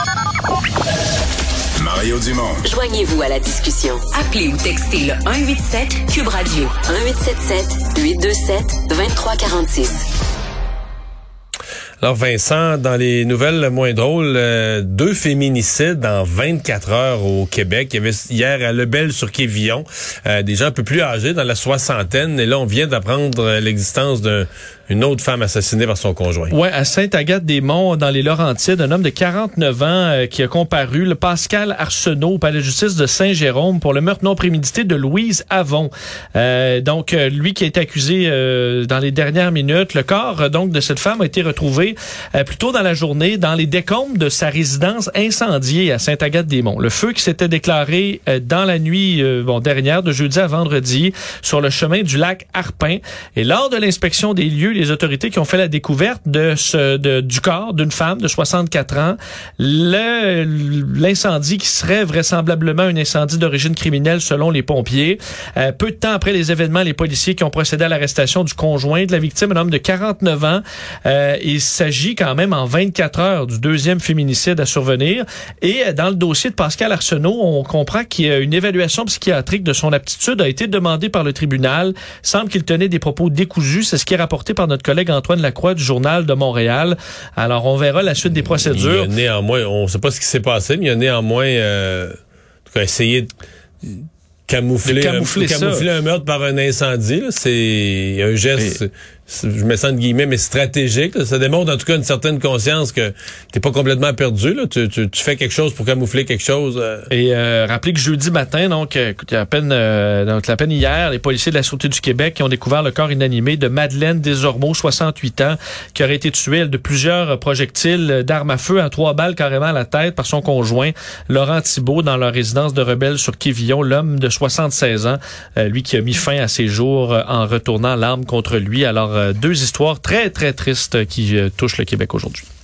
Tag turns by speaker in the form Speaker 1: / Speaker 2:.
Speaker 1: Mario Dumont.
Speaker 2: Joignez-vous à la discussion. Appelez ou textez le 187 Cube Radio. 1877-827-2346.
Speaker 3: Alors Vincent, dans les nouvelles moins drôles, 2 féminicides en 24 heures au Québec. Il y avait hier à Lebel-sur-Quévillon des gens un peu plus âgés, dans la soixantaine. Et là, on vient d'apprendre l'existence d'une autre femme assassinée par son conjoint.
Speaker 4: Ouais, à Sainte-Agathe-des-Monts, dans les Laurentides, un homme de 49 ans qui a comparu, le Pascal Arsenault, au palais de justice de Saint-Jérôme pour le meurtre non prémédité de Louise Avon. Donc, lui qui a été accusé dans les dernières minutes. Le corps donc de cette femme a été retrouvé plus tôt dans la journée dans les décombres de sa résidence incendiée à Sainte-Agathe-des-Monts. Le feu qui s'était déclaré dans la nuit dernière, de jeudi à vendredi, sur le chemin du lac Harpin. Et lors de l'inspection des lieux, les autorités qui ont fait la découverte du corps d'une femme de 64 ans, l'incendie qui serait vraisemblablement un incendie d'origine criminelle selon les pompiers. Peu de temps après les événements, les policiers qui ont procédé à l'arrestation du conjoint de la victime, un homme de 49 ans, il s'agit quand même en 24 heures du deuxième féminicide à survenir. Et dans le dossier de Pascal Arsenault, on comprend qu'il y a une évaluation psychiatrique de son aptitude a été demandée par le tribunal. Il semble qu'il tenait des propos décousus. C'est ce qui est rapporté par notre collègue Antoine Lacroix du Journal de Montréal. Alors, on verra la suite des procédures.
Speaker 3: Il y a néanmoins, on ne sait pas ce qui s'est passé, mais il y a néanmoins essayé de camoufler un meurtre par un incendie. Là. C'est un geste, je mets ça entre guillemets, mais stratégique. Là. Ça démontre en tout cas une certaine conscience que t'es pas complètement perdu. Là. Tu fais quelque chose pour camoufler quelque chose.
Speaker 4: Et rappelez que jeudi matin, donc à peine hier, les policiers de la Sûreté du Québec qui ont découvert le corps inanimé de Madeleine Desormeaux, 68 ans, qui aurait été tuée de plusieurs projectiles d'armes à feu à 3 balles carrément à la tête par son conjoint Laurent Thibault dans leur résidence de Rebelle-sur-Quévillon, l'homme de 76 ans, lui qui a mis fin à ses jours en retournant l'arme contre lui. Alors, 2 histoires très, très tristes qui touchent le Québec aujourd'hui.